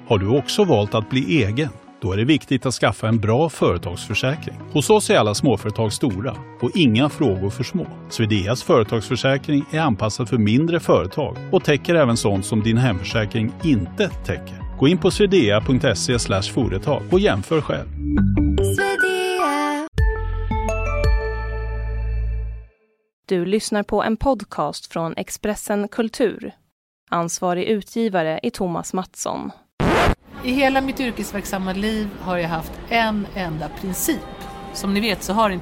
Har du också valt att bli egen? Då är det viktigt att skaffa en bra företagsförsäkring. Hos oss är alla småföretag stora och inga frågor för små. Swedeas företagsförsäkring är anpassad för mindre företag och täcker även sånt som din hemförsäkring inte täcker. Gå in på swedea.se/företag och jämför själv. Du lyssnar på en podcast från Expressen Kultur. Ansvarig utgivare är Thomas Mattsson. I hela mitt yrkesverksamma liv har jag haft en enda princip. Som ni vet så har